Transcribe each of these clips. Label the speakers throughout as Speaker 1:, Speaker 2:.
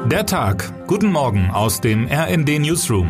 Speaker 1: Der Tag. Guten Morgen aus dem RND Newsroom.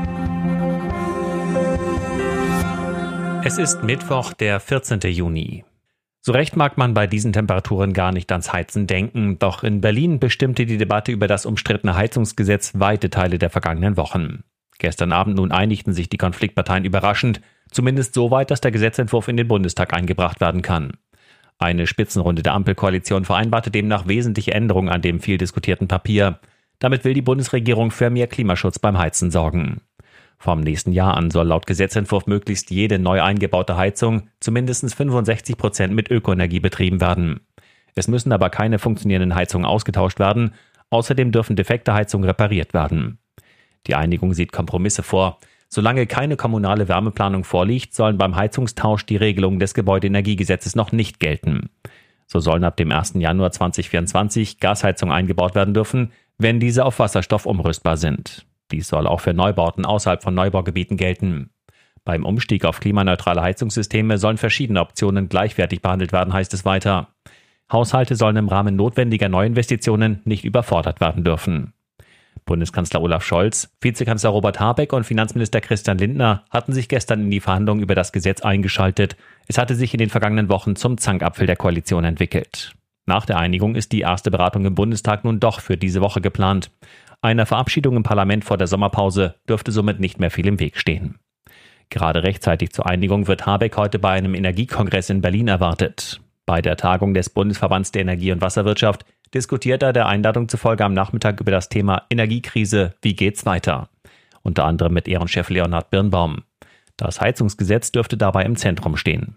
Speaker 2: Es ist Mittwoch, der 14. Juni. So recht mag man bei diesen Temperaturen gar nicht ans Heizen denken, doch in Berlin bestimmte die Debatte über das umstrittene Heizungsgesetz weite Teile der vergangenen Wochen. Gestern Abend nun einigten sich die Konfliktparteien überraschend, zumindest so weit, dass der Gesetzentwurf in den Bundestag eingebracht werden kann. Eine Spitzenrunde der Ampelkoalition vereinbarte demnach wesentliche Änderungen an dem viel diskutierten Papier. Damit will die Bundesregierung für mehr Klimaschutz beim Heizen sorgen. Vom nächsten Jahr an soll laut Gesetzentwurf möglichst jede neu eingebaute Heizung zu mindestens 65% mit Ökoenergie betrieben werden. Es müssen aber keine funktionierenden Heizungen ausgetauscht werden. Außerdem dürfen defekte Heizungen repariert werden. Die Einigung sieht Kompromisse vor. Solange keine kommunale Wärmeplanung vorliegt, sollen beim Heizungstausch die Regelungen des Gebäudeenergiegesetzes noch nicht gelten. So sollen ab dem 1. Januar 2024 Gasheizungen eingebaut werden dürfen, wenn diese auf Wasserstoff umrüstbar sind. Dies soll auch für Neubauten außerhalb von Neubaugebieten gelten. Beim Umstieg auf klimaneutrale Heizungssysteme sollen verschiedene Optionen gleichwertig behandelt werden, heißt es weiter. Haushalte sollen im Rahmen notwendiger Neuinvestitionen nicht überfordert werden dürfen. Bundeskanzler Olaf Scholz, Vizekanzler Robert Habeck und Finanzminister Christian Lindner hatten sich gestern in die Verhandlungen über das Gesetz eingeschaltet. Es hatte sich in den vergangenen Wochen zum Zankapfel der Koalition entwickelt. Nach der Einigung ist die erste Beratung im Bundestag nun doch für diese Woche geplant. Einer Verabschiedung im Parlament vor der Sommerpause dürfte somit nicht mehr viel im Weg stehen. Gerade rechtzeitig zur Einigung wird Habeck heute bei einem Energiekongress in Berlin erwartet. Bei der Tagung des Bundesverbands der Energie- und Wasserwirtschaft diskutiert er der Einladung zufolge am Nachmittag über das Thema Energiekrise, wie geht's weiter? Unter anderem mit Ehrenchef Leonhard Birnbaum. Das Heizungsgesetz dürfte dabei im Zentrum stehen.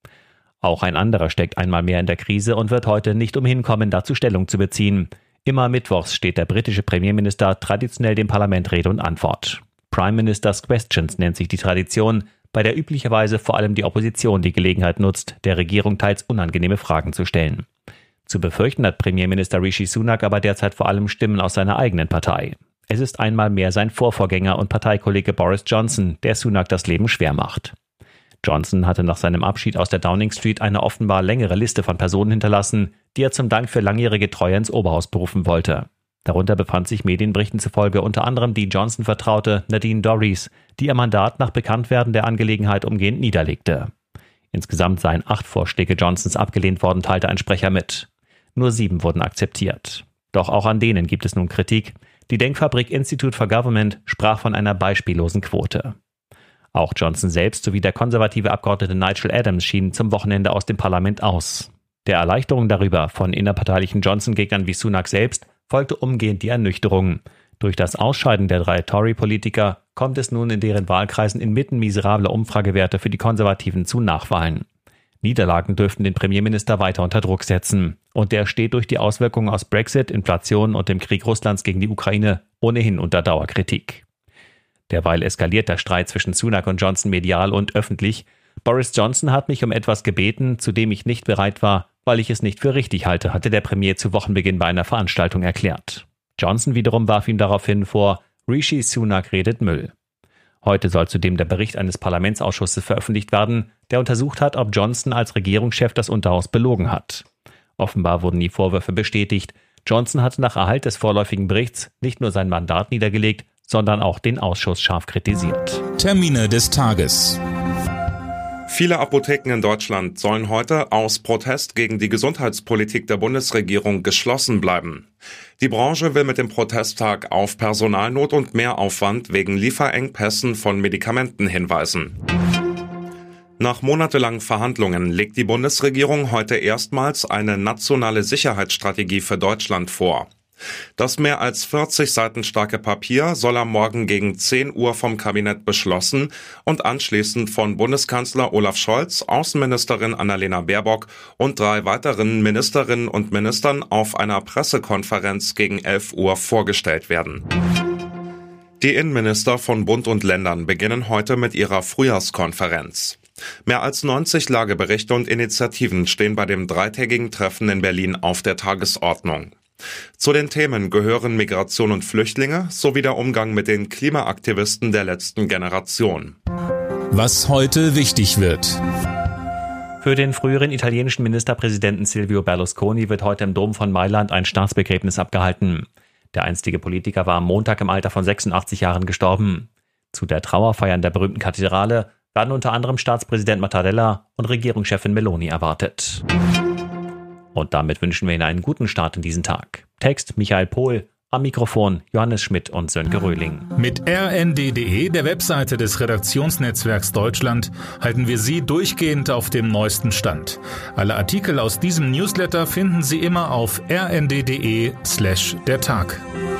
Speaker 2: Auch ein anderer steckt einmal mehr in der Krise und wird heute nicht umhin kommen, dazu Stellung zu beziehen. Immer mittwochs steht der britische Premierminister traditionell dem Parlament Rede und Antwort. Prime Minister's Questions nennt sich die Tradition, bei der üblicherweise vor allem die Opposition die Gelegenheit nutzt, der Regierung teils unangenehme Fragen zu stellen. Zu befürchten hat Premierminister Rishi Sunak aber derzeit vor allem Stimmen aus seiner eigenen Partei. Es ist einmal mehr sein Vorvorgänger und Parteikollege Boris Johnson, der Sunak das Leben schwer macht. Johnson hatte nach seinem Abschied aus der Downing Street eine offenbar längere Liste von Personen hinterlassen, die er zum Dank für langjährige Treue ins Oberhaus berufen wollte. Darunter befand sich Medienberichten zufolge unter anderem die Johnson-Vertraute Nadine Dorries, die ihr Mandat nach Bekanntwerden der Angelegenheit umgehend niederlegte. Insgesamt seien 8 Vorschläge Johnsons abgelehnt worden, teilte ein Sprecher mit. Nur 7 wurden akzeptiert. Doch auch an denen gibt es nun Kritik. Die Denkfabrik Institute for Government sprach von einer beispiellosen Quote. Auch Johnson selbst sowie der konservative Abgeordnete Nigel Adams schienen zum Wochenende aus dem Parlament aus. Der Erleichterung darüber von innerparteilichen Johnson-Gegnern wie Sunak selbst folgte umgehend die Ernüchterung. Durch das Ausscheiden der 3 Tory-Politiker kommt es nun in deren Wahlkreisen inmitten miserabler Umfragewerte für die Konservativen zu Nachwahlen. Niederlagen dürften den Premierminister weiter unter Druck setzen. Und der steht durch die Auswirkungen aus Brexit, Inflation und dem Krieg Russlands gegen die Ukraine ohnehin unter Dauerkritik. Derweil eskaliert der Streit zwischen Sunak und Johnson medial und öffentlich. Boris Johnson hat mich um etwas gebeten, zu dem ich nicht bereit war, weil ich es nicht für richtig halte, hatte der Premier zu Wochenbeginn bei einer Veranstaltung erklärt. Johnson wiederum warf ihm daraufhin vor, Rishi Sunak redet Müll. Heute soll zudem der Bericht eines Parlamentsausschusses veröffentlicht werden, der untersucht hat, ob Johnson als Regierungschef das Unterhaus belogen hat. Offenbar wurden die Vorwürfe bestätigt. Johnson hatte nach Erhalt des vorläufigen Berichts nicht nur sein Mandat niedergelegt, sondern auch den Ausschuss scharf kritisiert.
Speaker 1: Termine des Tages.
Speaker 3: Viele Apotheken in Deutschland sollen heute aus Protest gegen die Gesundheitspolitik der Bundesregierung geschlossen bleiben. Die Branche will mit dem Protesttag auf Personalnot und Mehraufwand wegen Lieferengpässen von Medikamenten hinweisen. Nach monatelangen Verhandlungen legt die Bundesregierung heute erstmals eine nationale Sicherheitsstrategie für Deutschland vor. Das mehr als 40 Seiten starke Papier soll am Morgen gegen 10 Uhr vom Kabinett beschlossen und anschließend von Bundeskanzler Olaf Scholz, Außenministerin Annalena Baerbock und 3 weiteren Ministerinnen und Ministern auf einer Pressekonferenz gegen 11 Uhr vorgestellt werden. Die Innenminister von Bund und Ländern beginnen heute mit ihrer Frühjahrskonferenz. Mehr als 90 Lageberichte und Initiativen stehen bei dem 3-tägigen Treffen in Berlin auf der Tagesordnung. Zu den Themen gehören Migration und Flüchtlinge sowie der Umgang mit den Klimaaktivisten der letzten Generation.
Speaker 1: Was heute wichtig wird.
Speaker 2: Für den früheren italienischen Ministerpräsidenten Silvio Berlusconi wird heute im Dom von Mailand ein Staatsbegräbnis abgehalten. Der einstige Politiker war am Montag im Alter von 86 Jahren gestorben. Zu der Trauerfeier in der berühmten Kathedrale werden unter anderem Staatspräsident Mattarella und Regierungschefin Meloni erwartet. Und damit wünschen wir Ihnen einen guten Start in diesen Tag. Text Michael Pohl, am Mikrofon Johannes Schmidt und Sönke Röhling.
Speaker 1: Mit rnd.de, der Webseite des Redaktionsnetzwerks Deutschland, halten wir Sie durchgehend auf dem neuesten Stand. Alle Artikel aus diesem Newsletter finden Sie immer auf rnd.de/dertag.